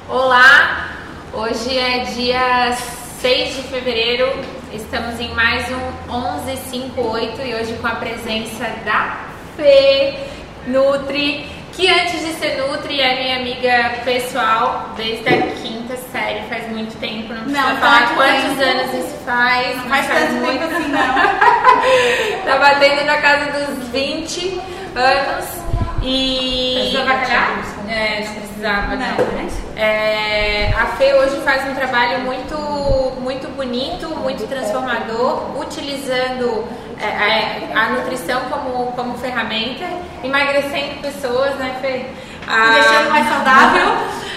Olá, hoje é dia 6 de fevereiro, estamos em mais um 1158 e hoje com a presença da Fê Nutri, que antes de ser Nutri é minha amiga pessoal desde a quinta série, faz muito tempo, não precisa falar quantos anos isso faz. Não faz tanto muito tempo assim não. Tá batendo na casa dos 20 anos e... Precisa bacalhar? Precisava, não. A Fê hoje faz um trabalho muito bonito, muito transformador, utilizando a nutrição como ferramenta, emagrecendo pessoas, né, Fê? Deixando mais saudável.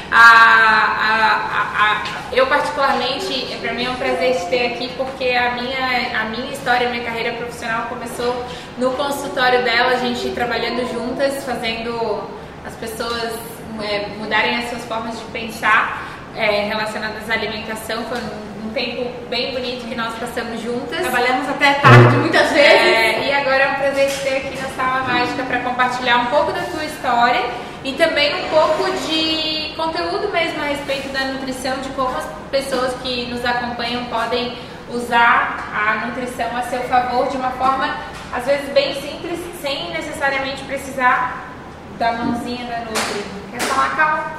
Eu particularmente, para mim é um prazer te ter aqui, porque a minha história, a minha carreira profissional começou no consultório dela, a gente trabalhando juntas, fazendo as pessoas mudarem as suas formas de pensar relacionadas à alimentação. Foi um tempo bem bonito que nós passamos juntas. Trabalhamos até tarde muitas vezes. E agora é um prazer te ter aqui na Sala Mágica para compartilhar um pouco da tua história e também um pouco de conteúdo mesmo a respeito da nutrição, de como as pessoas que nos acompanham podem usar a nutrição a seu favor de uma forma, às vezes, bem simples, sem necessariamente precisar da mãozinha da Nutri. Quer falar, Cal?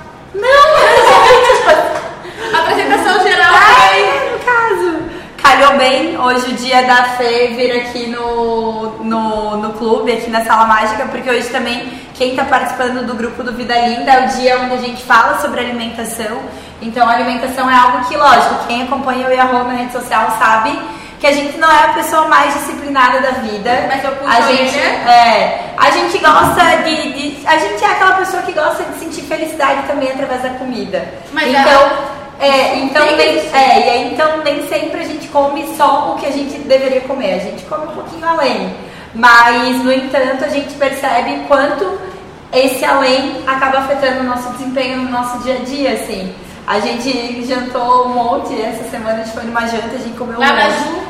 Não, apresentação geral. No caso, calhou bem hoje o dia da Fê vir aqui no clube, aqui na Sala Mágica, porque hoje também quem está participando do grupo do Vida Linda é o dia onde a gente fala sobre alimentação. Então a alimentação é algo que, lógico, quem acompanha eu e a Rô na rede social sabe que a gente não é a pessoa mais disciplinada da vida. Mas eu puxo a gente gosta a gente é aquela pessoa que gosta de sentir felicidade também através da comida. Mas então nem sempre a gente come só o que a gente deveria comer. A gente come um pouquinho além. Mas, no entanto, a gente percebe quanto esse além acaba afetando o nosso desempenho no nosso dia a dia, assim. A gente jantou um monte, essa semana a gente foi numa janta, a gente comeu Laraju,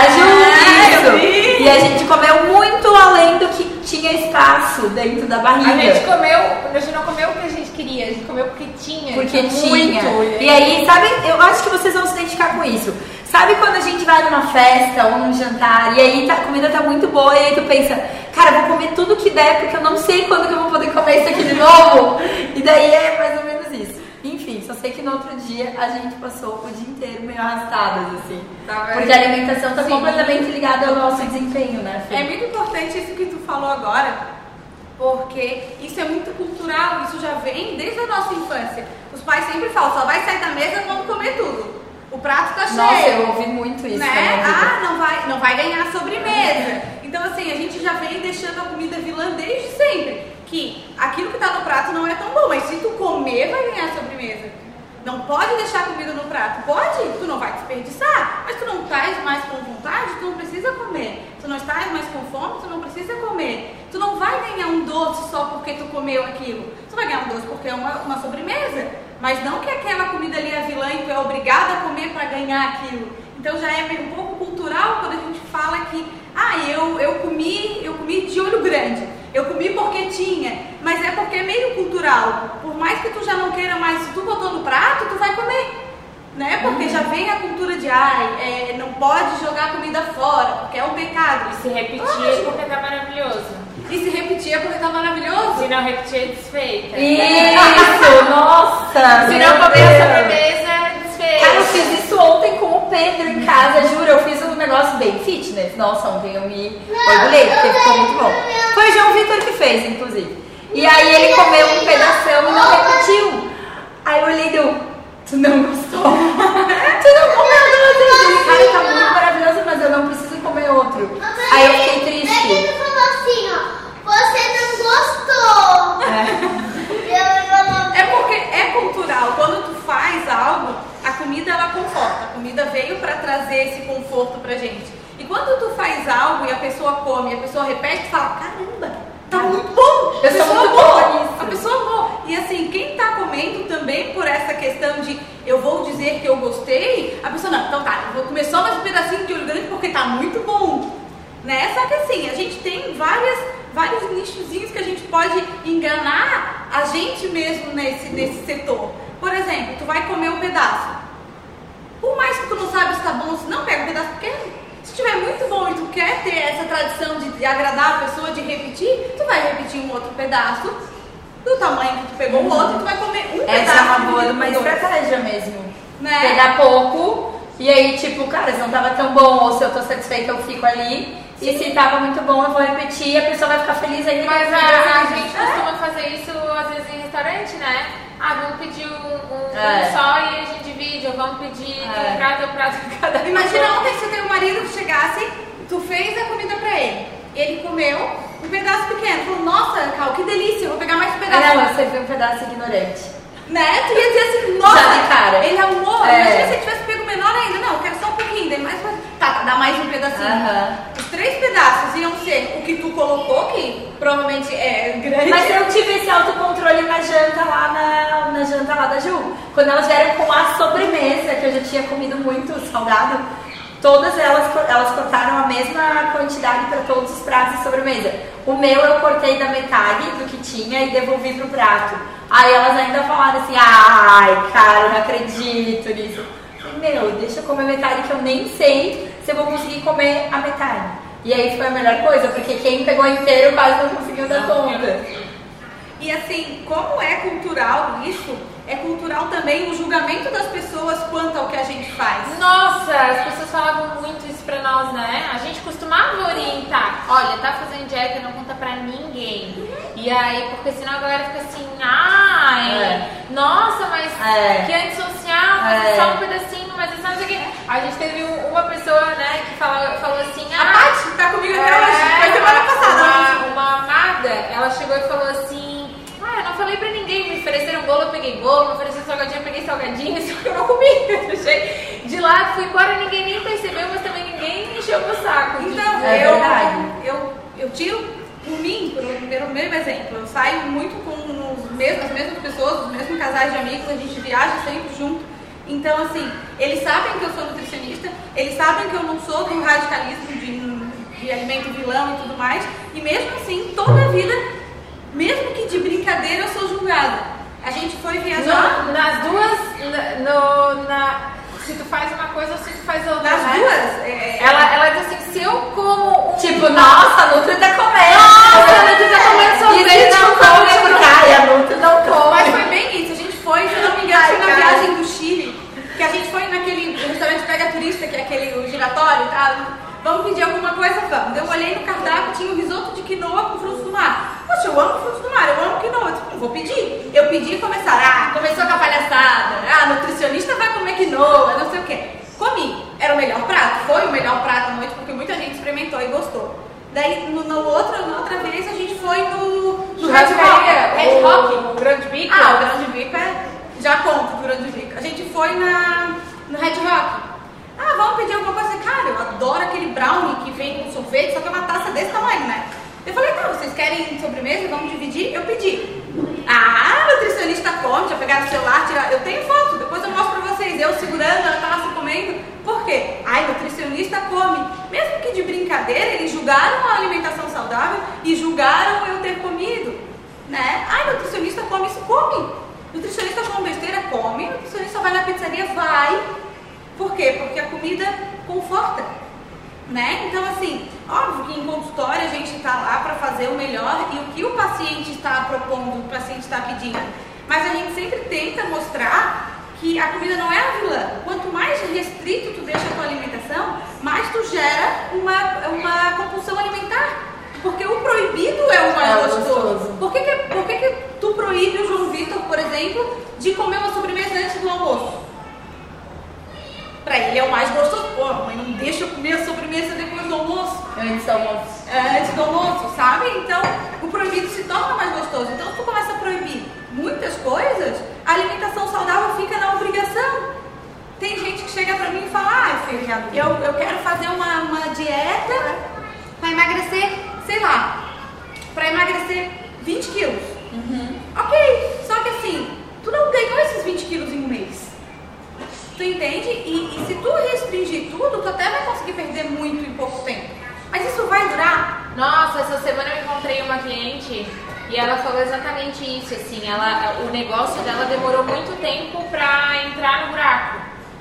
isso! E a gente comeu muito além do que tinha espaço dentro da barriga. A gente não comeu o que a gente queria, a gente comeu porque tinha. Porque tinha. Muito. E aí, sabe, eu acho que vocês vão se identificar com isso. Sabe quando a gente vai numa festa ou num jantar e aí a comida tá muito boa e aí tu pensa, cara, vou comer tudo que der porque eu não sei quando que eu vou poder comer isso aqui de novo. E daí é mais ou menos isso. Enfim, só sei que no outro dia a gente passou o dia inteiro meio arrastadas, assim. Porque a alimentação tá completamente ligada ao nosso desempenho, né, Fê? É muito importante isso que tu falou agora, porque isso é muito cultural, isso já vem desde a nossa infância. Os pais sempre falam, só vai sair da mesa quando comer tudo. O prato tá cheio. Nossa, eu ouvi muito isso. Né? Não vai ganhar sobremesa. Então, assim, a gente já vem deixando a comida vilã desde sempre. Que aquilo que tá no prato não é tão bom, mas se tu comer, vai ganhar sobremesa. Não pode deixar a comida no prato. Pode, tu não vai desperdiçar. Mas tu não estás mais com vontade, tu não precisa comer. Tu não estás mais com fome, tu não precisa comer. Tu não vai ganhar um doce só porque tu comeu aquilo. Tu vai ganhar um doce porque é uma sobremesa. Mas não que aquela comida ali é vilã e tu é obrigada a comer para ganhar aquilo. Então já é um pouco cultural quando a gente fala que eu comi de olho grande. Eu comi porque tinha, mas é porque é meio cultural. Por mais que tu já não queira mais, se tu botou no prato, tu vai comer, né? Porque já vem a cultura de não pode jogar a comida fora, porque é um pecado. E se repetir porque tá maravilhoso. E se repetir porque tá maravilhoso? Se não repetir, é desfeita. Isso, nossa! Se não comer a sobremesa, é desfeita. Cara, eu fiz isso ontem com o Pedro em casa, juro, eu fiz um negócio bem fitness. Nossa, ontem eu me orgulhei, porque ficou muito bom. Foi o João Vitor que fez, inclusive. E aí ele comeu um pedação e não repetiu. Aí eu olhei e deu, tu não gostou? Tu não comeu duas vezes. Ele, cara, tá muito maravilhoso, mas eu não preciso comer outro. Aí eu fiquei triste. Ele falou assim, ó, você não gostou. É porque é cultural. Quando tu faz algo, a comida ela conforta. A comida veio para trazer esse conforto pra gente. E quando tu faz algo e a pessoa come, e a pessoa repete, tu fala, caramba, tá muito bom. Eu sou muito boa nisso. A pessoa boa. E assim, quem tá comendo também por essa questão de eu vou dizer que eu gostei, a pessoa não, então tá, eu vou comer só mais um pedacinho de olho grande porque tá muito bom. Né? Só que assim, a gente tem vários nichozinhos que a gente pode enganar a gente mesmo nesse setor. Por exemplo, pedaço. Por mais que tu não sabe se tá bom ou se não, pega um pedaço pequeno. Se estiver muito bom e tu quer ter essa tradição de agradar a pessoa, de repetir, tu vai repetir um outro pedaço do tamanho que tu pegou o outro e tu vai comer um pedaço. Essa é uma estratégia mesmo. Né? Pegar pouco e aí, tipo, cara, se não tava tão bom ou se eu tô satisfeita, eu fico ali. E se tava muito bom, eu vou repetir e a pessoa vai ficar feliz ainda. Mas a gente costuma fazer isso às vezes em restaurante, né? Vamos pedir um só e a gente divide, ou vamos pedir um prato de cada um. Imagina ontem se o teu marido chegasse, tu fez a comida pra ele comeu um pedaço pequeno, falou, nossa, Cal, que delícia, eu vou pegar mais um pedaço. Não, você viu um pedaço ignorante. Né? Tu ia dizer assim, nossa, já de cara. Ele amou, imagina se ele tivesse pego menor ainda, não, eu quero só um pouquinho, daí mais tá, dá mais um pedacinho. Os 3 pedaços iam ser o que tu colocou, que provavelmente é grande. Mas eu tive esse autocontrole na janta lá, na janta lá da Ju. Quando elas vieram com a sobremesa, que eu já tinha comido muito salgado, todas elas cortaram a mesma quantidade para todos os pratos de sobremesa. O meu eu cortei da metade do que tinha e devolvi pro prato. Aí elas ainda falaram assim, ai, cara, eu não acredito nisso. Meu, deixa eu comer metade que eu nem sei se eu vou conseguir comer a metade. E aí foi a melhor coisa, porque quem pegou inteiro quase não conseguiu dar conta. E assim, como é cultural isso, é cultural também o julgamento das pessoas quanto ao que a gente faz. Nossa, as pessoas falavam muito isso pra nós, né? A gente costumava orientar. Olha, tá fazendo dieta, não conta pra ninguém. E aí, porque senão a galera fica assim, nossa, mas que antissocial, mas é só um pedacinho, mas é só não sei o quê. A gente teve uma pessoa, né, que falou assim, a Paty tá comigo até hoje, foi semana passada. Uma amada, ela chegou e falou assim, eu não falei pra ninguém, me ofereceram bolo, eu peguei bolo, me ofereceram salgadinho, eu peguei salgadinho, só que eu não comi, eu deixei de lado, fui embora, ninguém nem percebeu, mas também ninguém encheu o meu saco. Então, eu tiro por mim, pelo meu exemplo, eu saio muito com as mesmas pessoas, os mesmos casais de amigos, a gente viaja sempre junto. Então, assim, eles sabem que eu sou nutricionista, eles sabem que eu não sou do radicalismo de alimento vilão e tudo mais, e mesmo assim, toda a vida, mesmo que de brincadeira, eu sou julgada. A gente foi viajar... Nas duas, se tu faz uma coisa ou se tu faz outra, nas né? Duas? Ela diz assim, se eu como... Tipo, nossa, a Nutri tá comendo. Nossa, a Nutri tá comendo sorvete, não come, a Nutri não come. Mas foi bem isso, a gente foi, se eu não me engano, foi na viagem do Chile, que a gente foi naquele restaurante Pega Turista, que é aquele giratório, tá? Vamos pedir alguma coisa, vamos. Eu olhei no cardápio, tinha um risoto de quinoa com frutos do mar. Poxa, eu amo frutos do mar, eu amo quinoa. Eu disse, vou pedir. Eu pedi e começaram, começou com a palhaçada. Nutricionista vai comer quinoa, não sei o quê. Comi. Era o melhor prato, foi o melhor prato à noite, porque muita gente experimentou e gostou. Daí, na outra vez, a gente foi no Red Rock. O Grande Bico? O Grande Bico já conta o Grande Bico. A gente foi no Red Rock. Vamos pedir alguma coisa. Cara, eu adoro aquele brownie que vem com sorvete, só que é uma taça desse tamanho, né? Eu falei, tá, vocês querem sobremesa? Vamos dividir? Eu pedi. Nutricionista come, já pegaram o celular, eu tenho foto, depois eu mostro pra vocês. Eu segurando a taça comendo. Por quê? Nutricionista come. Mesmo que de brincadeira, eles julgaram a alimentação saudável e julgaram eu ter comido, né? Nutricionista come isso, come. Nutricionista come besteira, come. Nutricionista vai na pizzaria, vai. Por quê? Porque a comida conforta, né? Então, assim, óbvio que em consultório a gente está lá para fazer o melhor e o que o paciente está propondo, o paciente está pedindo. Mas a gente sempre tenta mostrar que a comida não é a vilã. Quanto mais restrito tu deixa a tua alimentação, mais tu gera uma compulsão alimentar. Porque o proibido é o mais gostoso. Por que tu proíbe o João Vitor, por exemplo, de comer uma sobremesa antes do almoço? Pra ele é o mais gostoso. Pô, mãe, não deixa eu comer a sobremesa depois do almoço. Antes do almoço. Antes do almoço, sabe? Então, o proibido se torna mais gostoso. Então, se tu começa a proibir muitas coisas, a alimentação saudável fica na obrigação. Tem gente que chega pra mim e fala, filha, eu quero fazer uma dieta pra emagrecer, sei lá, pra emagrecer 20 quilos. Ok, só que assim, tu não ganhou esses 20 quilos em um mês. Tu entende? E se tu restringir tudo, tu até vai conseguir perder muito em pouco tempo. Mas isso vai durar? Nossa, essa semana eu encontrei uma cliente e ela falou exatamente isso, assim, o negócio dela demorou muito tempo pra entrar no buraco.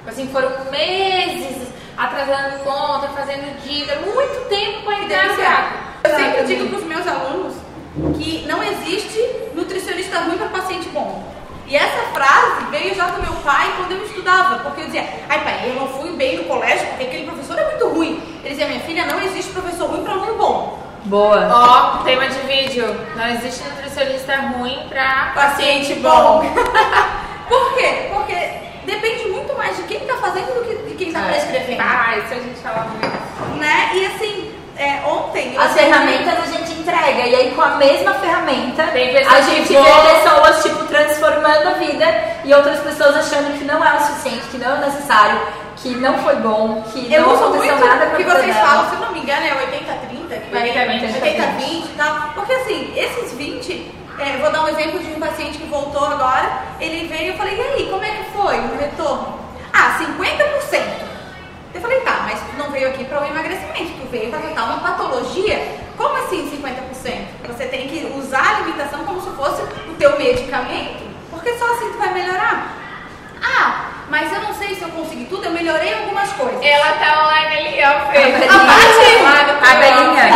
Assim, foram meses atrasando conta, fazendo dívida, muito tempo para entrar no buraco. Eu sempre digo para os meus alunos que não existe nutricionista ruim para paciente bom. E essa frase veio já do meu pai quando eu estudava, porque eu dizia, ai pai, eu não fui bem no colégio porque aquele professor é muito ruim. Ele dizia, minha filha, não existe professor ruim para aluno bom. Boa. Ó, tema de vídeo, não existe nutricionista ruim para paciente bom. Por quê? Porque depende muito mais de quem está fazendo do que de quem está prescrevendo. Ah, isso a gente fala muito. Né? E assim, ontem... As ferramentas a gente entrega, e aí com a mesma ferramenta a gente que vê pessoas tipo transformando a vida e outras pessoas achando que não é o suficiente, que não é necessário, que não foi bom, que eu não uso aconteceu muito nada o que vocês falam, se eu não me engano, é 80-30, 80-20 e tal. Porque assim, esses 20, vou dar um exemplo de um paciente que voltou agora, ele veio e eu falei, e aí, como é que foi o retorno? Ah, 50%. Eu falei, tá, mas tu não veio aqui para o emagrecimento, tu veio para tratar uma patologia. Como assim 50%? Você tem que usar a alimentação como se fosse o teu medicamento, porque só assim tu vai melhorar. Ah, mas eu não sei se eu consegui tudo, eu melhorei algumas coisas. Ela tá online ali, ó, A Belinha.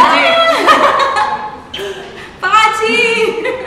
Pati!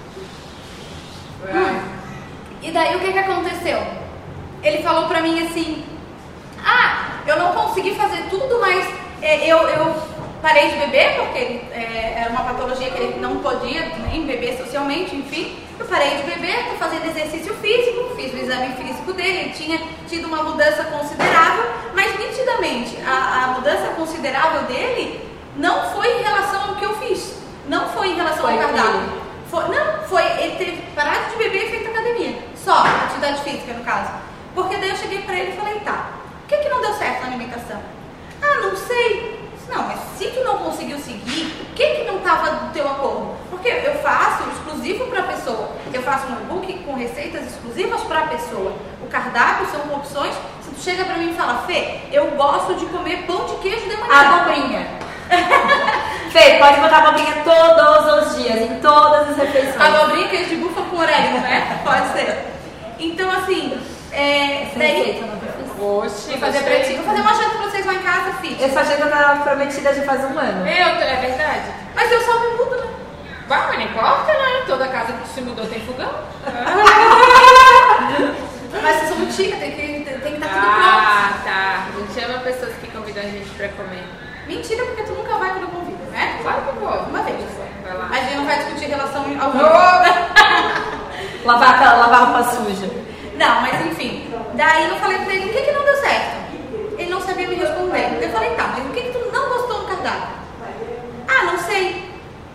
E daí o que aconteceu? Ele falou pra mim assim, eu não consegui fazer tudo, mas eu parei de beber, porque era uma patologia que ele não podia nem beber socialmente, enfim. Eu parei de beber, tô fazendo exercício físico, fiz o exame físico dele, ele tinha tido uma mudança considerável, mas nitidamente a mudança considerável dele não foi em relação ao que eu fiz, não foi em relação ao cardápio. Foi ele ter parado de beber e feito academia, só atividade física no caso. Porque daí eu cheguei pra ele e falei, tá, o que não deu certo na alimentação? Ah, não sei. Não, mas se tu não conseguiu seguir, o que não estava do teu acordo? Porque eu faço exclusivo para a pessoa. Eu faço um e-book com receitas exclusivas para a pessoa. O cardápio são opções. Se tu chega para mim e fala, Fê, eu gosto de comer pão de queijo de manhã. Abobrinha. Fê, pode botar abobrinha todos os dias, em todas as refeições. Abobrinha, queijo de búfala com orégano, né? Pode ser. Então, assim, daí... Oxi, Vou fazer pra ti. Vou fazer uma janta pra vocês lá em casa, fit. Essa agenda tá prometida já faz um ano. É verdade. Mas eu só me mudo, né? Vai, mas não importa, né? Toda casa que se mudou tem fogão. Mas vocês são muito chiques, tem que estar tudo pronto. Ah, tá. A gente ama pessoas que convidam a gente pra comer. Mentira, porque tu nunca vai quando convida, né? Claro que vou. Uma vez. Vai lá. A gente não vai discutir relação alguma. Lavar roupa suja. Não, mas enfim. Daí eu falei pra ele, o que não deu certo? Ele não sabia me responder. Eu falei, tá, mas o que tu não gostou no cardápio? Ah, não sei.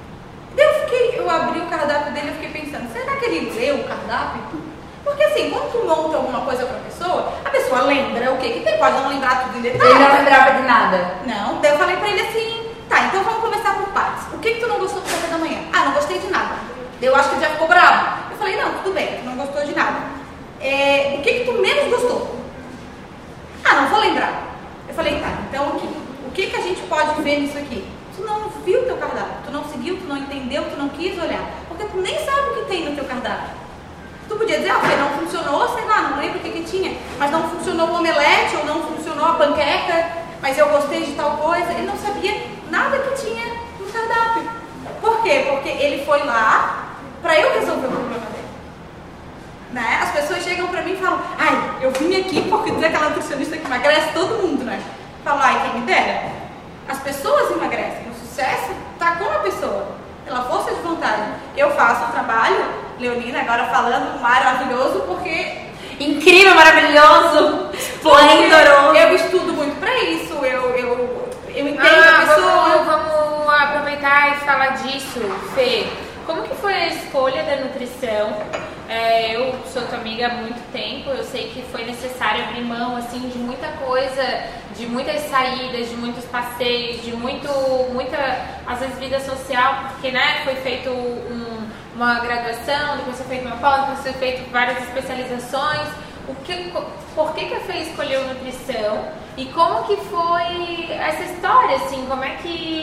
Daí eu abri o cardápio dele e fiquei pensando, será que ele leu o cardápio? Porque assim, quando tu monta alguma coisa pra pessoa, a pessoa lembra o que tem, pode não lembrar tudo em detalhe. Ele não lembrava de nada. Não, daí eu falei pra ele assim, tá, então vamos começar por partes. O que tu não gostou do café da manhã? Ah, não gostei de nada. Eu acho que ele já ficou bravo. Eu falei, não, tudo bem, tu não gostou de nada. O que tu menos gostou? Ah, não vou lembrar. Eu falei, tá, então o que a gente pode ver nisso aqui? Tu não viu o teu cardápio, tu não seguiu, tu não entendeu, tu não quis olhar. Porque tu nem sabe o que tem no teu cardápio. Tu podia dizer, não funcionou, sei lá, não lembro o que tinha, mas não funcionou o omelete ou não funcionou a panqueca, mas eu gostei de tal coisa. Ele não sabia nada que tinha no cardápio. Por quê? Porque ele foi lá pra eu resolver o problema dele. Né? As pessoas chegam pra mim e falam, eu vim aqui porque tu é aquela nutricionista que emagrece todo mundo, né? Falo, quem me dera. As pessoas emagrecem, o sucesso tá com a pessoa, pela força de vontade. Eu faço um trabalho, Leonina, agora falando maravilhoso, porque... Incrível, maravilhoso, esplendoroso. Eu estudo muito pra isso, eu entendo a pessoa. Vamos aproveitar e falar disso, Fê. Como que foi a escolha da nutrição? Eu sou tua amiga há muito tempo, eu sei que foi necessário abrir mão assim, de muita coisa, de muitas saídas, de muitos passeios, de muita, às vezes, vida social, porque foi feito uma graduação, depois foi feito uma pós, depois foi feito várias especializações. Por que a Fê escolheu nutrição? E como que foi essa história, assim, como é que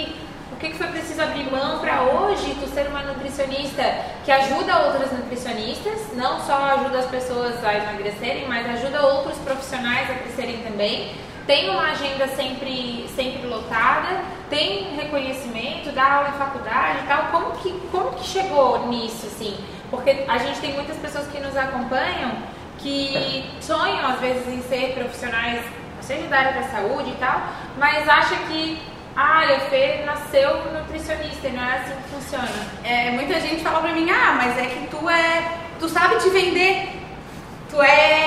o que foi preciso abrir mão para hoje tu ser uma nutricionista que ajuda outras nutricionistas, não só ajuda as pessoas a emagrecerem, mas ajuda outros profissionais a crescerem também. Tem uma agenda sempre lotada, tem reconhecimento, dá aula em faculdade e tal. Como que chegou nisso, assim? Porque a gente tem muitas pessoas que nos acompanham que sonham, às vezes, em ser profissionais, seja da área da saúde e tal, mas acha que a Fê nasceu nutricionista e não é assim que funciona. Muita gente fala pra mim, mas é que tu sabe te vender, tu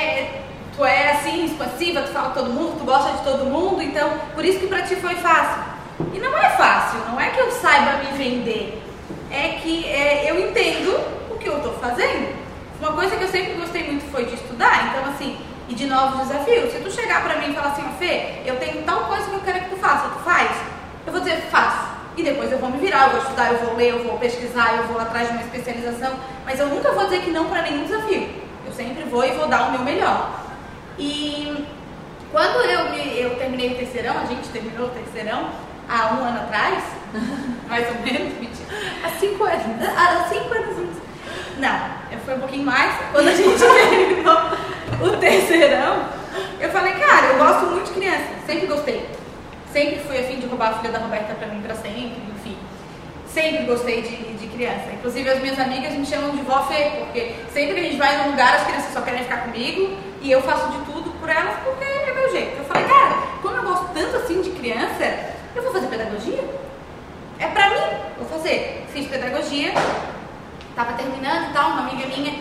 é assim, expansiva, tu fala com todo mundo, tu gosta de todo mundo, então por isso que pra ti foi fácil. E não é fácil, não é que eu saiba me vender, é que eu entendo o que eu tô fazendo. Uma coisa que eu sempre gostei muito foi de estudar, então assim, e de novos desafios. Se tu chegar pra mim e falar assim, Fê, eu tenho tal coisa que eu quero que tu faça, tu faz? Eu vou dizer, faço. E depois eu vou me virar, eu vou estudar, eu vou ler, eu vou pesquisar, eu vou atrás de uma especialização, mas eu nunca vou dizer que não pra nenhum desafio. Eu sempre vou e vou dar o meu melhor. E quando eu terminei o terceirão, a gente terminou o terceirão há 1 ano atrás, mais ou menos, há 5 anos. Há 5 anos. Não, foi um pouquinho mais. Quando a gente terminou o terceirão, eu falei, cara, eu gosto muito de criança, sempre gostei. Sempre fui a fim de roubar a filha da Roberta pra mim pra sempre, enfim. Sempre gostei de criança. Inclusive as minhas amigas me chamam de vó Fê, porque sempre que a gente vai num lugar, as crianças só querem ficar comigo e eu faço de tudo por elas porque é meu jeito. Eu falei, cara, como eu gosto tanto assim de criança, eu vou fazer pedagogia? É pra mim, vou fazer. Fiz pedagogia, tava terminando e tal, uma amiga minha,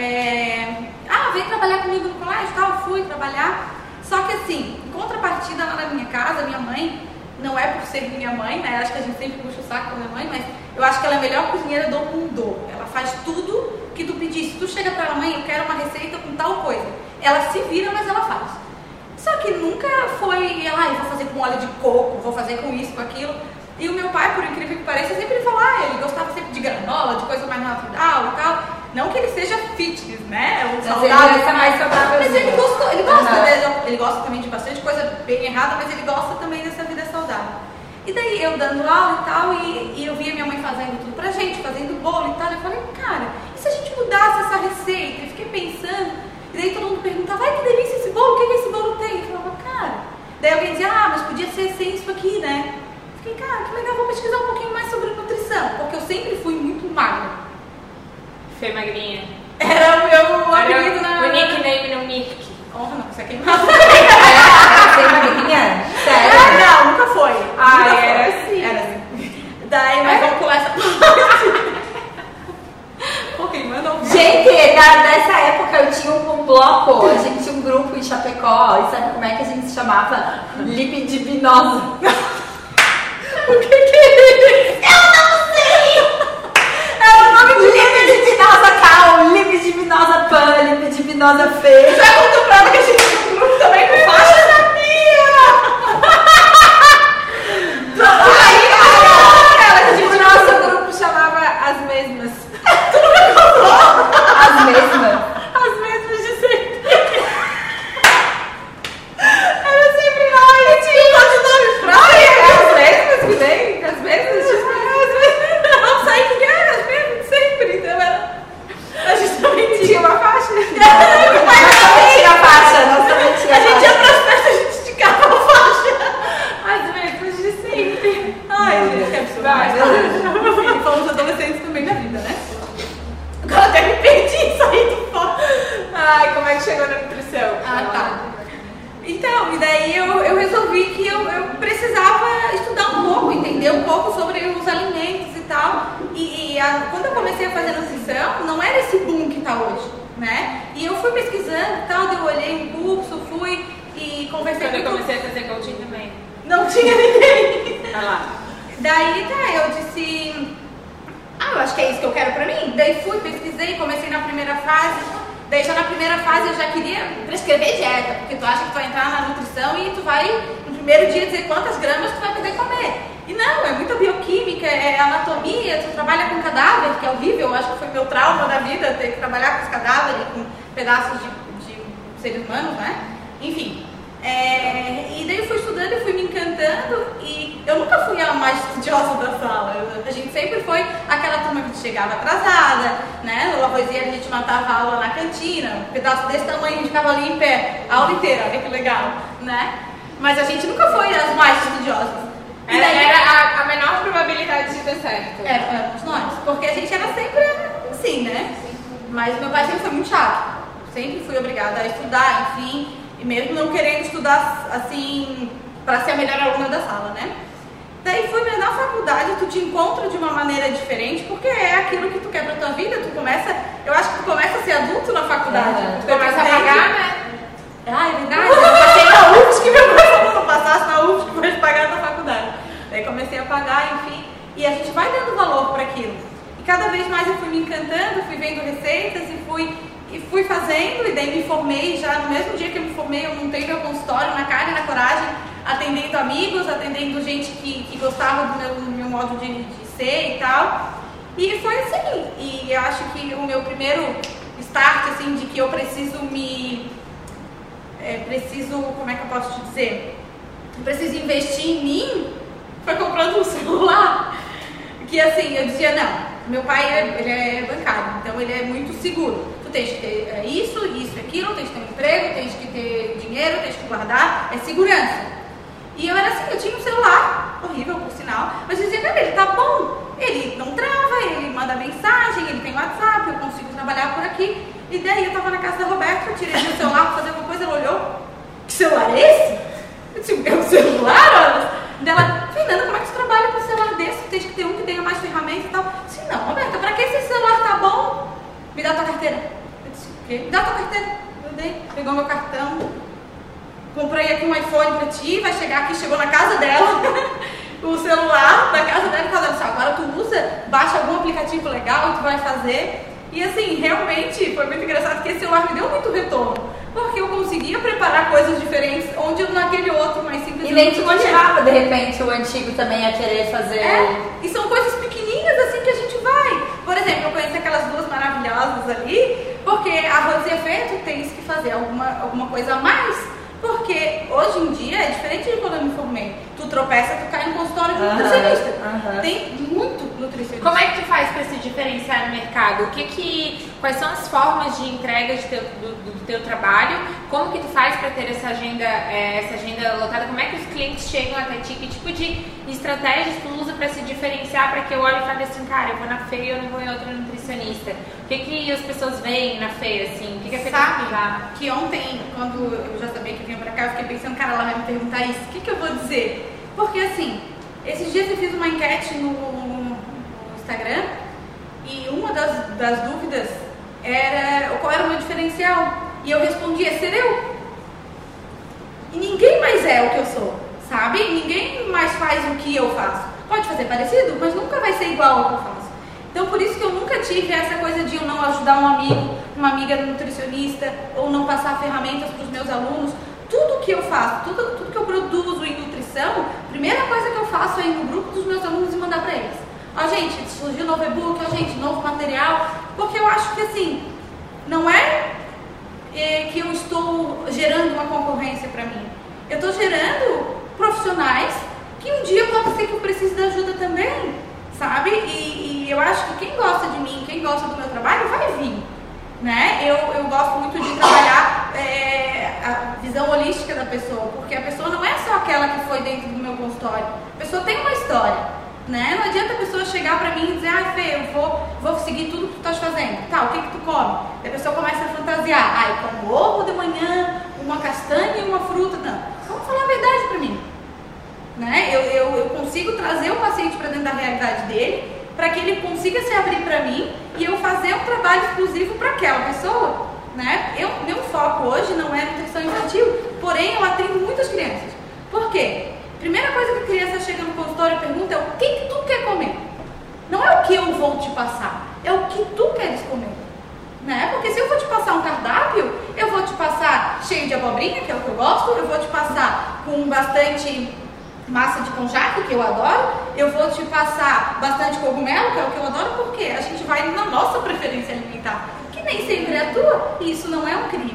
veio trabalhar comigo no colégio e tal, fui trabalhar. Só que assim, em contrapartida lá na minha casa, minha mãe, não é por ser minha mãe, né? Acho que a gente sempre puxa o saco da minha mãe, mas eu acho que ela é a melhor cozinheira do mundo. Ela faz tudo que tu pedir. Se tu chega pra ela, mãe, eu quero uma receita com tal coisa. Ela se vira, mas ela faz. Só que nunca foi, eu vou fazer com óleo de coco, vou fazer com isso, com aquilo. E o meu pai, por incrível que pareça, sempre falou, ele gostava sempre de granola, de coisa mais natural e tal. Não que ele seja fitness, né? Ou saudável, mais saudável. Mas ele gostou, ele gosta também de bastante coisa bem errada, mas ele gosta também dessa vida saudável. E daí eu dando aula e tal, e eu via minha mãe fazendo tudo pra gente, fazendo bolo e tal. Eu falei, cara, e se a gente mudasse essa receita? E fiquei pensando, e daí todo mundo perguntava, que delícia esse bolo, o que esse bolo tem? Eu falava, cara. Daí alguém dizia, mas podia ser sem isso aqui, né? Fiquei, cara, que legal, vou pesquisar um pouquinho mais sobre nutrição, porque eu sempre fui muito magra. Fê magrinha. Era o meu apelido na... O nickname no Mirk. Não, isso aqui não. Ser magrinha? Sério? Não, nunca foi. Era assim. Era assim. Daí, mas vamos pular essa parte. Ok, manda um... Gente, nessa época eu tinha um bloco, a gente tinha um grupo em Chapecó, e sabe como é que a gente se chamava? Lipidibinosa. O que é isso? Eu não sei! É o nome de lipidibinosa Cal, lipidibinosa Pan, lipidibinosa Fê. Já contou pra ela que a gente tinha um grupo também com faixa? Nosso grupo chamava As Mesmas. As mesmas? As mesmas de sempre. Era sempre nós. A gente tinha quantos nomes pra As mesmas que vem? As mesmas de sempre. não sair porque era as mesmas de sempre. Então a gente também Tinha uma faixa. Nós também tinha faixa, nós também tinha A gente ia faixa. pras festas, a gente esticava a faixa. As mesmas de sempre. Ai, gente, que absurdo. Vai, Enfim, fomos adolescentes também na vida, né? Agora até me perdi e saí do foco. Ai, como é que chegou na nutrição? Tá. Então, e daí eu resolvi que eu precisava estudar um pouco, entender um pouco sobre os alimentos e tal. Quando eu comecei a fazer nutrição, não era esse boom que tá hoje, né? E eu fui pesquisando e tal, eu olhei um curso, fui e conversei Quando eu com... comecei a fazer coaching também. Não tinha ninguém. Olha lá. Daí, eu disse, eu acho que é isso que eu quero pra mim. Daí fui, pesquisei, comecei na primeira fase. Daí já na primeira fase eu já queria prescrever dieta, porque tu acha que tu vai entrar na nutrição e tu vai, no primeiro dia, dizer quantas gramas tu vai poder comer. E não, é muita bioquímica, é anatomia, tu trabalha com cadáver, que é horrível. Eu acho que foi meu trauma da vida, ter que trabalhar com os cadáveres, com pedaços de seres humanos, né? Enfim. E daí eu fui estudando, eu fui me encantando e eu nunca fui a mais estudiosa da sala. A gente sempre foi aquela turma que chegava atrasada, né? No Lavoisier a gente matava a aula na cantina, um pedaço desse tamanho, a gente ficava ali em pé, a aula inteira, olha que legal, né? Mas a gente nunca foi as mais estudiosas. Era a menor probabilidade de ter certo. Éramos nós, porque a gente era sempre assim, né? Mas meu pai sempre foi muito chato. Sempre fui obrigada a estudar, enfim, e mesmo não querendo estudar assim para ser a melhor aluna da sala, né? Daí fui na faculdade, tu te encontra de uma maneira diferente, porque é aquilo que tu quer pra tua vida, eu acho que tu começa a ser adulto na faculdade. Tu começa a pagar, né? Ah, é verdade, eu passei na UFSC, que meu pai falou, não passasse na UFSC, que vai pagar na faculdade. Daí comecei a pagar, enfim, e a gente vai dando valor para aquilo. E cada vez mais eu fui me encantando, fui vendo receitas e fui fazendo, e daí me formei. Já no mesmo dia que eu me formei, eu montei meu consultório na cara e na coragem, atendendo amigos, atendendo gente que gostava do meu modo de ser e tal. E foi assim, e eu acho que o meu primeiro start, assim, de que eu preciso como é que eu posso te dizer? Eu preciso investir em mim, foi comprando um celular. Que assim, eu dizia, não, meu pai ele é bancário, então ele é muito seguro. Tu tens que ter isso, aquilo, tens que ter um emprego, tens que ter dinheiro, tens que guardar, é segurança. E eu era assim, eu tinha um celular, horrível por sinal, mas eu dizia, cara, ele tá bom, ele não trava, ele manda mensagem, ele tem WhatsApp, eu consigo trabalhar por aqui. E daí eu tava na casa da Roberta, eu tirei meu celular pra fazer alguma coisa, ela olhou, que celular é esse? Eu disse, meu celular, olha. Dela, Fernanda, como é que tu trabalha com um celular desse? Tens que ter um que tenha mais ferramentas e tal. Eu disse, não, Roberta, pra que esse celular tá bom? Me dá tua carteira. Eu disse, o quê? Me dá tua carteira. Eu dei, pegou meu cartão, comprei aqui um iPhone pra ti, vai chegar aqui, chegou na casa dela, o celular da casa dela, e falando assim, agora tu usa, baixa algum aplicativo legal e tu vai fazer. E assim, realmente, foi muito engraçado que esse celular me deu muito retorno. Porque eu conseguia preparar coisas diferentes, onde naquele outro mais simples... E nem te motivava, de repente, o antigo também a querer fazer... E são coisas pequenininhas assim que a gente vai. Por exemplo, eu conheci aquelas duas maravilhosas ali, porque a Rose e a Fê, tu tens que fazer alguma coisa a mais. Porque hoje em dia é diferente de quando eu me formei. Tu tropeça, tu cai no consultório de nutricionista. Tem muito nutricionista. Como é que tu faz para se diferenciar no mercado? Quais são as formas de entrega do teu trabalho? Como que tu faz para ter essa agenda lotada? Como é que os clientes chegam até ti? Que tipo de estratégias tu usa para se diferenciar, para que eu olhe e fale assim, cara, eu vou na feira e eu não vou em outra nutricionista? O que as pessoas veem na feira, assim? O que a feira tem que dar? Que ontem, quando eu já sabia que vinha pra cá, eu fiquei pensando, cara, ela vai me perguntar isso, o que eu vou dizer? Porque assim, esses dias eu fiz uma enquete no Instagram e uma das dúvidas era qual era o meu diferencial. E eu respondi, é ser eu. E ninguém mais é o que eu sou, sabe? Ninguém mais faz o que eu faço. Pode fazer parecido, mas nunca vai ser igual ao que eu faço. Então, por isso que eu nunca tive essa coisa de eu não ajudar um amigo, uma amiga nutricionista, ou não passar ferramentas para os meus alunos. Tudo que eu faço, tudo que eu produzo em nutrição, a primeira coisa que eu faço é ir no grupo dos meus alunos e mandar para eles. Ó, gente, surgiu novo e-book, ó, gente, novo material. Porque eu acho que, assim, não é que eu estou gerando uma concorrência para mim. Eu estou gerando profissionais que um dia pode ser que eu precise da ajuda também, sabe? E eu acho que quem gosta de mim, quem gosta do meu trabalho, vai vir, né? Eu gosto muito de trabalhar a visão holística da pessoa, porque a pessoa não é só aquela que foi dentro do meu consultório. A pessoa tem uma história, né? Não adianta a pessoa chegar pra mim e dizer, Fê, eu vou seguir tudo que tu estás fazendo. Tá, o que tu come? E a pessoa começa a fantasiar. Eu como ovo de manhã, uma castanha e uma fruta. Não, vamos falar a verdade pra mim. Né? Eu consigo trazer o paciente para dentro da realidade dele, para que ele consiga se abrir para mim e eu fazer um trabalho exclusivo para aquela pessoa, né? Meu foco hoje não é nutrição infantil, porém eu atendo muitas crianças. Por quê? Primeira coisa que a criança chega no consultório e pergunta é o que tu quer comer. Não é o que eu vou te passar, é o que tu queres comer. Né? Porque se eu vou te passar um cardápio, eu vou te passar cheio de abobrinha, que é o que eu gosto, eu vou te passar com bastante massa de conjac, que eu adoro, eu vou te passar bastante cogumelo, que é o que eu adoro, porque a gente vai na nossa preferência alimentar, que nem sempre é a tua, e isso não é um crime,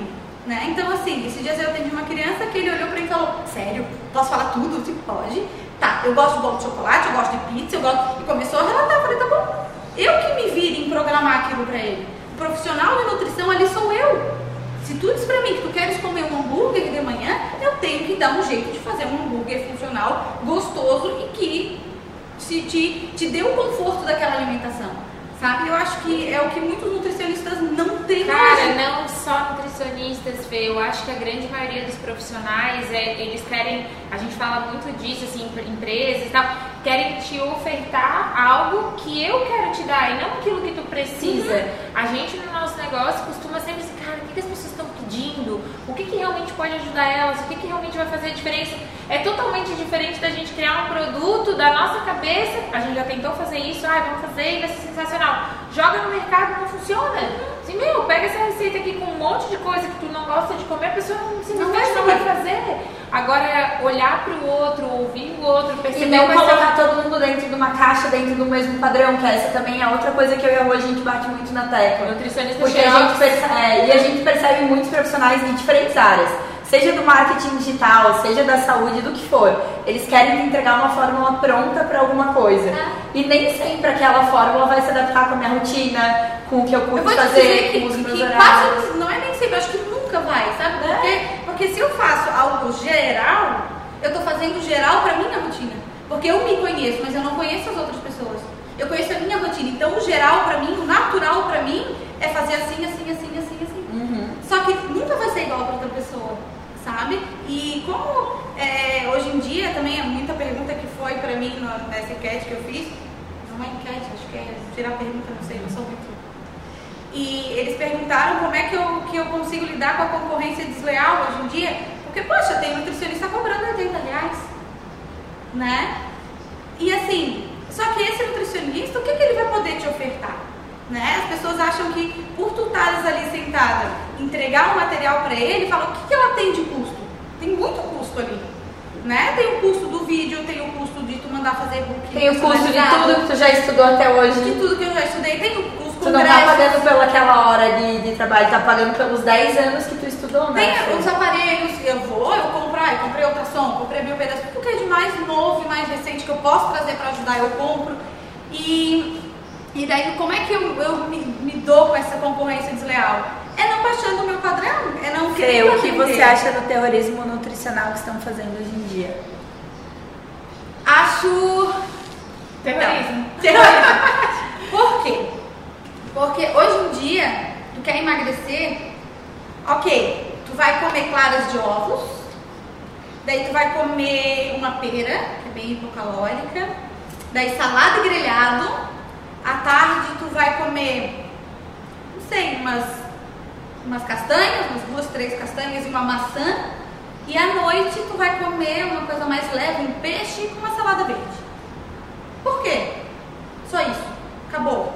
Né? Então, assim, esses dias eu atendi uma criança que ele olhou pra mim e falou: sério? Posso falar tudo? Eu disse: pode. Tá, eu gosto de bolo de chocolate, eu gosto de pizza, eu gosto... E começou a relatar. Eu falei: tá bom. Eu que me vire em programar aquilo pra ele. O profissional de nutrição ali sou eu. Se tu diz pra mim que tu queres comer um hambúrguer de manhã, eu tenho que dar um jeito de fazer um hambúrguer funcional, gostoso e que te dê o conforto daquela alimentação, sabe? Eu acho que é o que muitos nutricionistas não têm. Cara, não só nutricionistas, Fê, eu acho que a grande maioria dos profissionais, eles querem, a gente fala muito disso, assim, empresas e tal, querem te ofertar algo que eu quero te dar e não aquilo que tu precisa. A gente no nosso negócio costuma sempre dizer: cara, o que as pessoas estão pedindo? O que realmente pode ajudar elas? O que realmente vai fazer a diferença? É totalmente diferente da gente criar um produto da nossa cabeça. A gente já tentou fazer isso, vamos fazer e vai ser sensacional. Joga no mercado, não funciona. Assim, pega essa receita aqui com um monte de coisa que tu não gosta de comer, a pessoa simplesmente não vai fazer. Agora, olhar pro outro, ouvir o outro, perceber... E não colocar todo mundo dentro de uma caixa, dentro do mesmo padrão, que essa também é outra coisa que eu e a Rô, a gente bate muito na tecla. Nutricionista porque a gente percebe muitos profissionais de diferentes áreas. Seja do marketing digital, seja da saúde, do que for. Eles querem te entregar uma fórmula pronta para alguma coisa. E nem sempre aquela fórmula vai se adaptar com a minha rotina, com o que eu curto fazer, com os meus horários. Não é nem sempre, eu acho que nunca vai, sabe? Porque se eu faço algo geral, eu tô fazendo geral para minha rotina. Porque eu me conheço, mas eu não conheço as outras pessoas. Eu conheço a minha rotina. Então o geral para mim, o natural para mim, é fazer assim, assim, assim, assim, assim. Só que nunca vai ser igual para outra pessoa, sabe? E como hoje em dia também é muita pergunta que foi pra mim nessa enquete que eu fiz. Não é enquete, acho que é tirar pergunta, não sei, não sou muito. E eles perguntaram como é que eu consigo lidar com a concorrência desleal hoje em dia. Porque, poxa, tem nutricionista cobrando R$80, né? E assim, só que esse nutricionista, o que ele vai poder te ofertar? Né? As pessoas acham que por tu estares ali sentada, entregar um material para ele, fala: o que ela tem de custo? Tem muito custo ali, né? Tem o custo do vídeo, tem o custo de tu mandar fazer book, tem o custo de tudo que tu já estudou até hoje, de tudo que eu já estudei, tem o custo. Tu não tá pagando pelaquela hora de trabalho, tá pagando pelos 10 anos que tu estudou, né? Tem os aparelhos, eu comprei ultrassom, comprei meu pedaço, tudo que é de mais novo e mais recente que eu posso trazer para ajudar, eu compro. E daí, como é que eu me dou com essa concorrência desleal? É não baixando o meu padrão, é não querer. O que você acha do terrorismo nutricional que estão fazendo hoje em dia? Acho... Terrorismo. Por quê? Porque hoje em dia, tu quer emagrecer, ok, tu vai comer claras de ovos, daí tu vai comer uma pera, que é bem hipocalórica, daí salada e grelhado. À tarde tu vai comer, não sei, umas castanhas, umas 2, 3 castanhas e uma maçã. E à noite tu vai comer uma coisa mais leve, um peixe com uma salada verde. Por quê? Só isso. Acabou.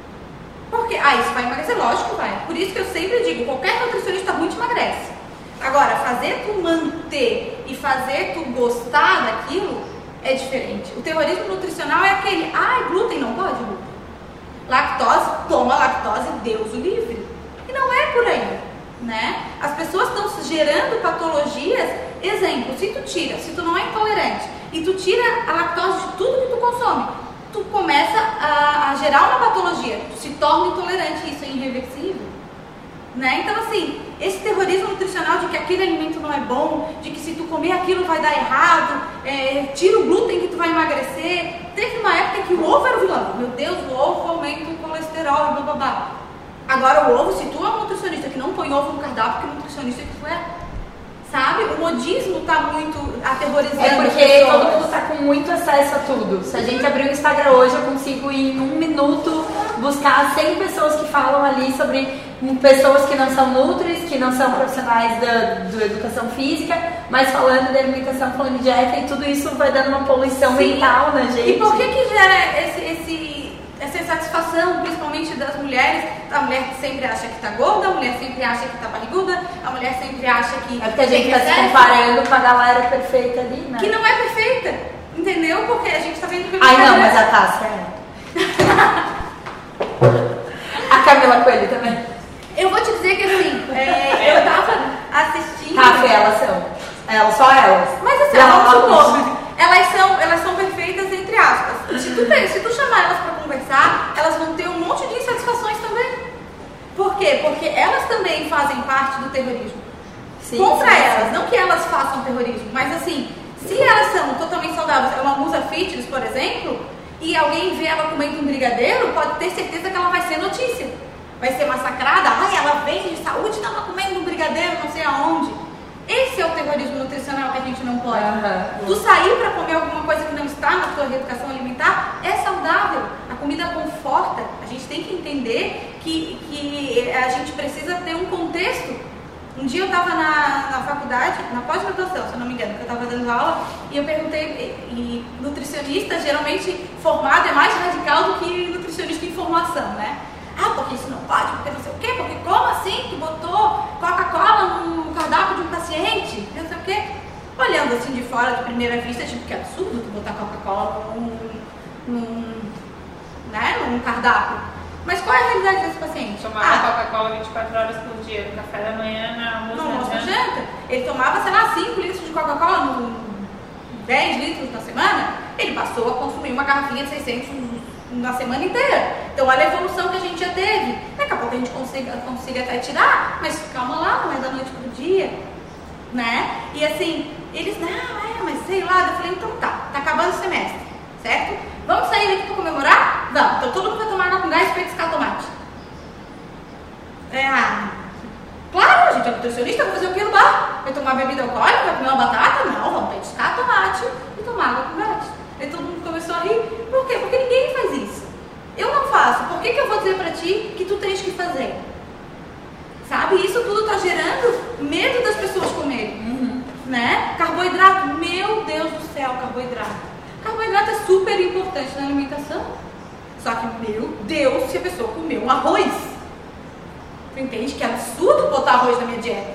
Por quê? Isso vai emagrecer? Lógico que vai. Por isso que eu sempre digo, qualquer nutricionista ruim te emagrece. Agora, fazer tu manter e fazer tu gostar daquilo é diferente. O terrorismo nutricional é aquele: glúten não pode, glúten. Lactose, toma lactose, Deus o livre. E não é por aí, né? As pessoas estão gerando patologias. Exemplo, se tu não é intolerante e tu tira a lactose de tudo que tu consome, tu começa a gerar uma patologia, tu se torna intolerante, isso é irreversível, né? Então assim, esse terrorismo nutricional de que aquele alimento não é bom, de que se tu comer aquilo vai dar errado, tira o glúten que tu vai emagrecer. Teve uma época que o ovo era o vilão. Meu Deus, o ovo aumenta o colesterol e blá. Agora o ovo, se tu é um nutricionista que não põe ovo no cardápio, que nutricionista que tu é? Sabe? O modismo tá muito aterrorizando. É porque todo mundo tá com muito acesso a tudo. Se a gente abrir o Instagram hoje, eu consigo em 1 minuto buscar 100 pessoas que falam ali sobre pessoas que não são nutris, que não são profissionais da educação física, mas falando de alimentação, falando de dieta, e tudo isso vai dando uma poluição mental na gente. E por que gera essa insatisfação, principalmente das mulheres? A mulher sempre acha que tá gorda, a mulher sempre acha que tá barriguda, a mulher sempre acha que... É porque a gente tá se comparando com a galera perfeita ali, né? Que não é perfeita, entendeu? Porque a gente tá vendo que... Não, mas a Tássia A Camila Coelho também. Eu vou te dizer que assim, assistindo. Tá, foi elas são. Só elas. Mas assim, Não, vamos não. supor, elas são perfeitas entre aspas. Se tu chamar elas pra conversar, elas vão ter um monte de insatisfações também. Por quê? Porque elas também fazem parte do terrorismo. Sim, Contra sim, elas, sim. não que elas façam terrorismo, mas assim, se elas são totalmente saudáveis, ela usa fitness, por exemplo, e alguém vê ela comendo um brigadeiro, pode ter certeza que ela vai ser notícia. Vai ser massacrada, ela vem de saúde, estava comendo um brigadeiro, não sei aonde. Esse é o terrorismo nutricional que a gente não pode. Tu sair para comer alguma coisa que não está na tua reeducação alimentar é saudável. A comida conforta. A gente tem que entender que a gente precisa ter um contexto. Um dia eu estava na faculdade, na pós-graduação, se eu não me engano, que eu estava dando aula, e eu perguntei, e nutricionista geralmente formado é mais radical do que nutricionista em formação, né? Porque isso não pode, porque não sei o quê, porque como assim tu botou Coca-Cola no cardápio de um paciente, não sei o quê. Olhando assim de fora, de primeira vista, tipo, que absurdo tu botar Coca-Cola num cardápio. Mas qual é a realidade desse paciente? Tomava Coca-Cola 24 horas por dia, no café da manhã, no almoço, na janta. Ele tomava, sei lá, 5 litros de Coca-Cola, 10 litros na semana. Ele passou a consumir uma garrafinha de 600 na semana inteira. Então, olha a evolução que a gente já teve. Daqui a pouco a gente consiga até tirar, mas calma lá, não é da noite pro dia, né? E assim, eles, mas sei lá. Eu falei, então tá acabando o semestre, certo? Vamos sair daqui pra comemorar? Vamos. Então todo mundo vai tomar água com gás e petiscar tomate. Claro, a gente é nutricionista, vai fazer o que no bar? Vai tomar bebida alcoólica, vai comer uma batata? Não, vamos petiscar tomate e tomar água com gás. Aí todo mundo começou a rir. Por quê? Porque ninguém faz isso. Eu não faço. Por que eu vou dizer pra ti que tu tens que fazer? Sabe? Isso tudo tá gerando medo das pessoas comerem. Né? Carboidrato. Meu Deus do céu, carboidrato. Carboidrato é super importante na alimentação. Só que, meu Deus, se a pessoa comer um arroz. Tu entende que é absurdo botar arroz na minha dieta?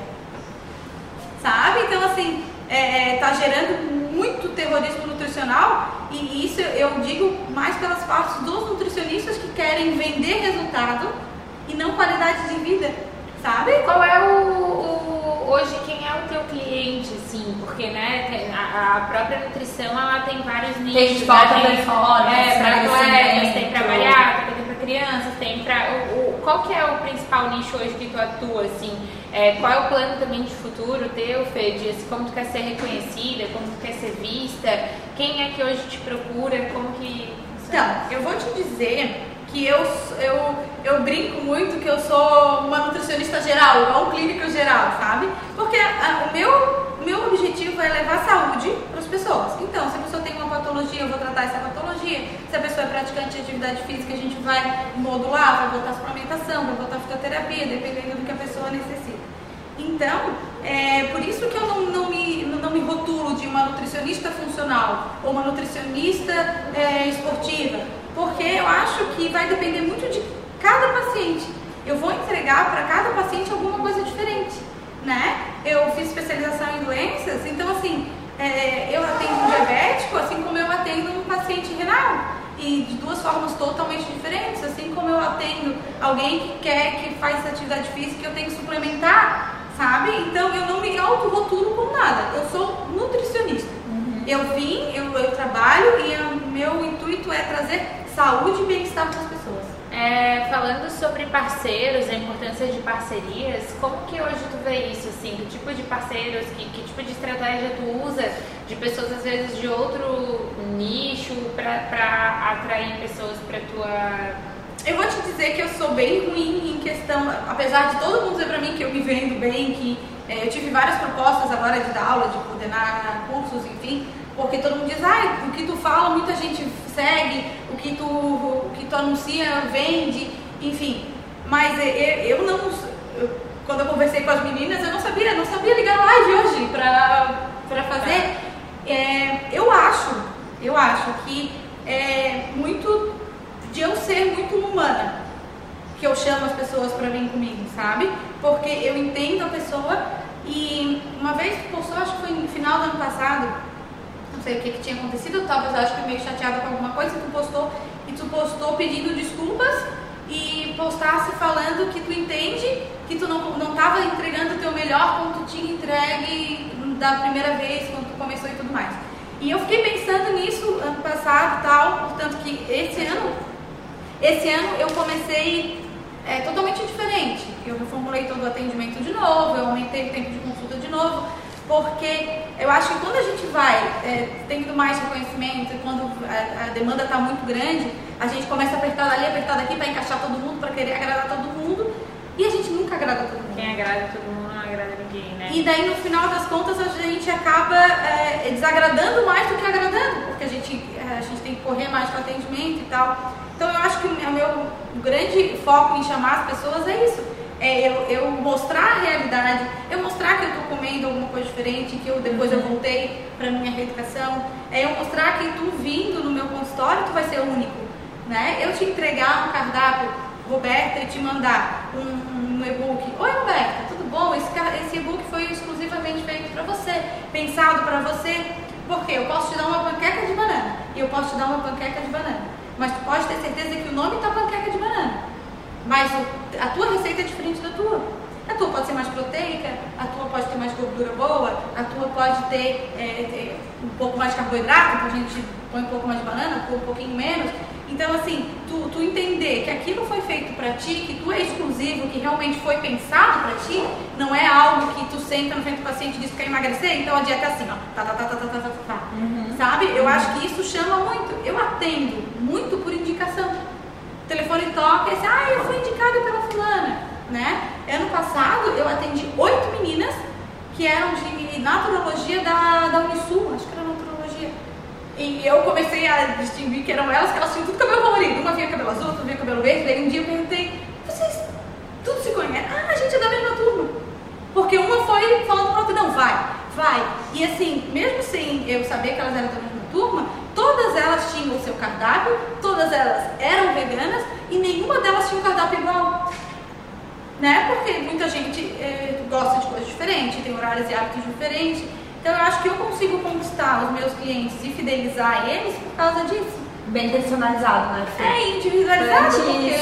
Sabe? Então, assim, tá gerando muito terrorismo nutricional, e isso eu digo mais pelas partes dos nutricionistas que querem vender resultado e não qualidade de vida, sabe? Qual é hoje, quem é o teu cliente, assim? Porque, né, a própria nutrição, ela tem vários nichos. Tem de volta performance, para atletas, tem para emagrecimento. bariátrica, tem para crianças, tem para... Qual que é o principal nicho hoje que tu atua, assim? Qual é o plano também de futuro teu, Fê? De como tu quer ser reconhecida, como tu quer ser vista? Quem é que hoje te procura? Como que... Então, eu vou te dizer que eu brinco muito que eu sou uma nutricionista geral, igual um clínico geral, sabe? Porque o meu objetivo é levar saúde para as pessoas. Então, se a pessoa tem uma patologia, eu vou tratar essa patologia. Se a pessoa é praticante de atividade física, a gente vai modular, vai botar suplementação, vai botar fitoterapia, dependendo do que a pessoa necessita. Então, por isso que eu não me rotulo de uma nutricionista funcional ou uma nutricionista esportiva, porque eu acho que vai depender muito de cada paciente. Eu vou entregar para cada paciente alguma coisa diferente, né? Eu fiz especialização em doenças, então assim, eu atendo um diabético, assim como eu atendo um paciente renal, e de duas formas totalmente diferentes, assim como eu atendo alguém que faz atividade física e eu tenho que suplementar, sabe? Então eu não me auto-rotulo com nada, eu sou nutricionista. Eu trabalho e o meu intuito é trazer saúde e bem-estar para as pessoas. Falando sobre parceiros, a importância de parcerias, como que hoje tu vê isso, assim? Que tipo de parceiros, que tipo de estratégia tu usa de pessoas, às vezes, de outro nicho para atrair pessoas para tua... Eu vou te dizer que eu sou bem ruim em questão, apesar de todo mundo dizer pra mim que eu me vendo bem, que eu tive várias propostas agora de dar aula, de coordenar cursos, enfim, porque todo mundo diz, o que tu fala, muita gente segue, o que tu anuncia, vende, enfim. Mas quando eu conversei com as meninas, eu não sabia ligar live hoje pra fazer. Eu acho que é muito de eu ser muito humana que eu chamo as pessoas pra vir comigo, sabe? Porque eu entendo a pessoa, e uma vez tu postou, acho que foi no final do ano passado, não sei o que tinha acontecido, talvez eu acho que meio chateada com alguma coisa, tu postou pedindo desculpas e postasse falando que tu entende que tu não tava entregando o teu melhor como tu tinha entregue da primeira vez, quando tu começou e tudo mais. E eu fiquei pensando nisso ano passado e tal, portanto que esse ano eu comecei totalmente diferente. Eu reformulei todo o atendimento de novo, eu aumentei o tempo de consulta de novo, porque eu acho que quando a gente vai tendo mais reconhecimento, quando a demanda está muito grande, a gente começa a apertar ali, apertar daqui para encaixar todo mundo, para querer agradar todo mundo, e a gente nunca agrada todo mundo. Quem agrada todo mundo não agrada ninguém, né? E daí no final das contas a gente acaba desagradando mais do que agradando, porque a gente tem que correr mais com o atendimento e tal. Então eu acho que o meu grande foco em chamar as pessoas é isso. Eu mostrar a realidade, eu mostrar que eu estou comendo alguma coisa diferente, que depois eu voltei para minha reeducação, eu mostrar que tu vindo no meu consultório, tu vai ser único, né? Eu te entregar um cardápio, Roberta, e te mandar um e-book. Oi, Roberta, tudo bom? Esse e-book foi exclusivamente feito para você, pensado para você, porque eu posso te dar uma panqueca de banana e eu posso te dar uma panqueca de banana, mas tu pode ter certeza que o nome tá panqueca de banana. Mas a tua receita é diferente da tua. A tua pode ser mais proteica, a tua pode ter mais gordura boa, a tua pode ter um pouco mais de carboidrato, então a gente põe um pouco mais de banana, um pouquinho menos. Então, assim, tu entender que aquilo foi feito pra ti, que tu é exclusivo, que realmente foi pensado pra ti, não é algo que tu senta no frente do paciente e diz que quer emagrecer, então a dieta é assim, ó, sabe? Eu acho que isso chama muito. Eu atendo muito por indicação. O telefone toca e diz, eu fui indicada pela fulana, né? Ano passado eu atendi 8 meninas que eram de naturologia da Unisul, acho que era naturologia. E eu comecei a distinguir que eram elas, que elas tinham tudo cabelo colorido. Uma vinha cabelo azul, outra vinha cabelo verde. Daí um dia eu perguntei, vocês tudo se conhecem? A gente é da mesma turma. Porque uma foi falando pra outra, não, vai. E assim, mesmo sem eu saber que elas eram da mesma turma, todas elas tinham o seu cardápio, todas elas eram veganas e nenhuma delas tinha um cardápio igual. Né? Porque muita gente gosta de coisas diferentes, tem horários e hábitos diferentes. Então eu acho que eu consigo conquistar os meus clientes e fidelizar eles por causa disso. Bem personalizado, né? Individualizado.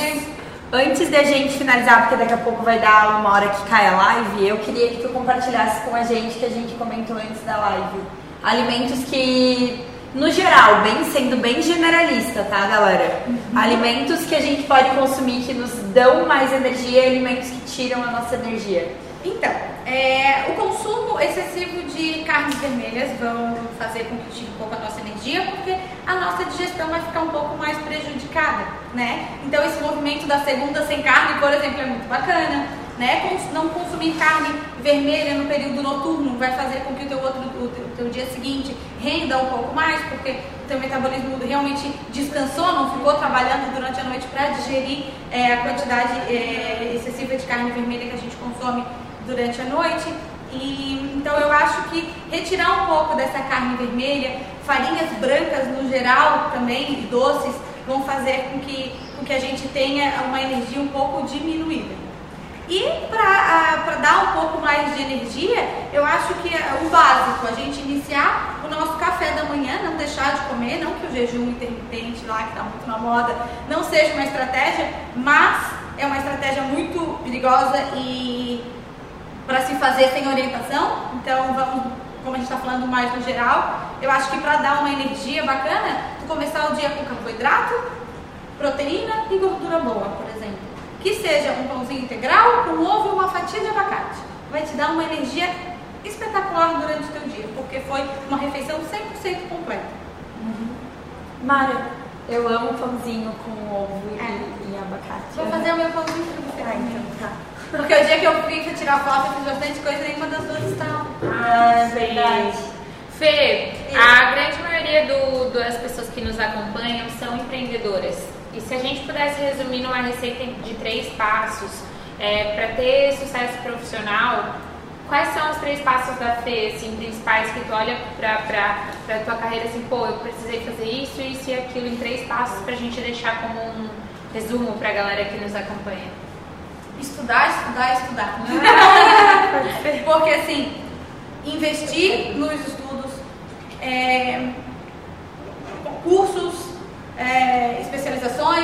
Antes da gente finalizar, porque daqui a pouco vai dar uma hora que cai a live, eu queria que tu compartilhasse com a gente, que a gente comentou antes da live. Alimentos que, no geral, sendo bem generalista, tá, galera? Alimentos que a gente pode consumir que nos dão mais energia e alimentos que tiram a nossa energia. Então, o consumo excessivo de carnes vermelhas vão fazer com que tire um pouco a nossa energia, porque a nossa digestão vai ficar um pouco mais prejudicada, né? Então, esse movimento da segunda sem carne, por exemplo, é muito bacana, né? Não consumir carne vermelha no período noturno vai fazer com que o teu dia seguinte renda um pouco mais, porque o teu metabolismo realmente descansou, não ficou trabalhando durante a noite para digerir a quantidade excessiva de carne vermelha que a gente consome durante a noite. E então eu acho que retirar um pouco dessa carne vermelha, farinhas brancas no geral também, e doces, vão fazer com que a gente tenha uma energia um pouco diminuída. E para dar um pouco mais de energia, eu acho que o básico, a gente iniciar o nosso café da manhã, não deixar de comer, não que o jejum intermitente lá, que está muito na moda, não seja uma estratégia, mas é uma estratégia muito perigosa e para se fazer sem orientação. Então vamos, como a gente está falando mais no geral, eu acho que para dar uma energia bacana, tu começar o dia com carboidrato, proteína e gordura boa, por exemplo. Que seja um pãozinho integral, com ovo e uma fatia de abacate. Vai te dar uma energia espetacular durante o teu dia, porque foi uma refeição 100% completa. Mara, eu amo pãozinho com ovo e abacate. Vou fazer o meu pãozinho para você. Então tá. Porque o dia que eu fui tirar foto, eu fiz bastante coisa e nenhuma das duas está. É verdade. Fê, a grande maioria das pessoas que nos acompanham são empreendedoras. E se a gente pudesse resumir numa receita de 3 passos para ter sucesso profissional, quais são os 3 passos da Fê, assim, principais, que tu olha para tua carreira assim, eu precisei fazer isso e aquilo em 3 passos pra gente deixar como um resumo pra galera que nos acompanha? Estudar. Porque assim, investir nos estudos, cursos, especializações,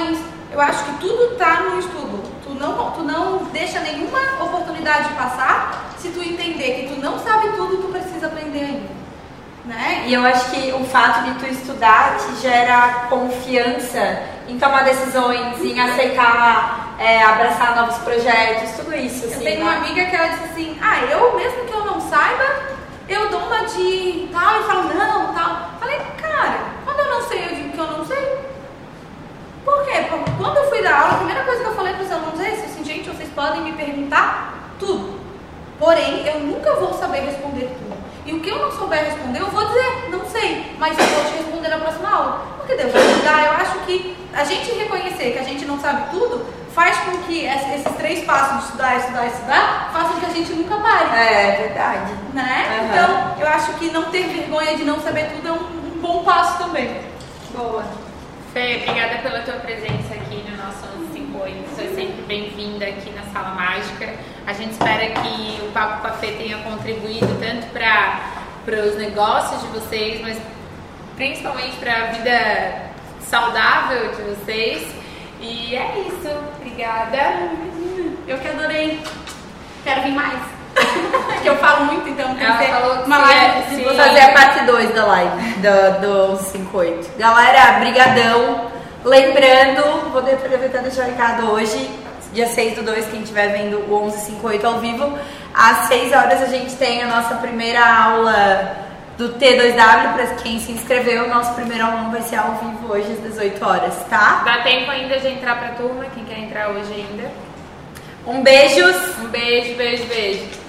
Eu acho que tudo tá no estudo. Tu não deixa nenhuma oportunidade passar se tu entender que tu não sabe tudo, tu precisa aprender ainda. Né? E eu acho que o fato de tu estudar te gera confiança em tomar decisões, em aceitar, abraçar novos projetos, tudo isso. Assim, eu tenho uma amiga que ela disse assim, eu mesmo que eu não saiba, eu dou uma de tal e falo não, tal. Falei, cara, quando eu não sei, eu digo que eu não sei. Por quê? Porque quando eu fui dar aula, a primeira coisa que eu falei para os alunos é isso, assim, gente, vocês podem me perguntar tudo, porém, eu nunca vou saber responder tudo. E o que eu não souber responder, eu vou dizer, não sei, mas eu vou te responder na próxima aula. Porque Deus vai ajudar. Eu acho que a gente reconhecer que a gente não sabe tudo, faz com que esses 3 passos de estudar, façam que a gente nunca pare. É verdade. Né? Uhum. Então, eu acho que não ter vergonha de não saber tudo é um bom passo também. Boa. Fê, obrigada pela tua presença aqui no nosso 1158. Você é sempre bem-vinda aqui na Sala Mágica. A gente espera que o Papo com a Fê tenha contribuído tanto para os negócios de vocês, mas principalmente para a vida saudável de vocês. E é isso. Obrigada. Eu que adorei. Quero vir mais. Que eu falo muito, então tem Ela que ser falou que uma live. Vou fazer a parte 2 da live do 58. Galera, brigadão. Lembrando, vou aproveitar e deixar o recado hoje, dia 6/2, quem estiver vendo o 1158 ao vivo, às 6 horas a gente tem a nossa primeira aula do T2W, para quem se inscreveu. O nosso primeiro aluno vai ser ao vivo hoje às 18 horas, tá? Dá tempo ainda de entrar pra turma, quem quer entrar hoje ainda. Beijos. Um beijo, beijo, beijo.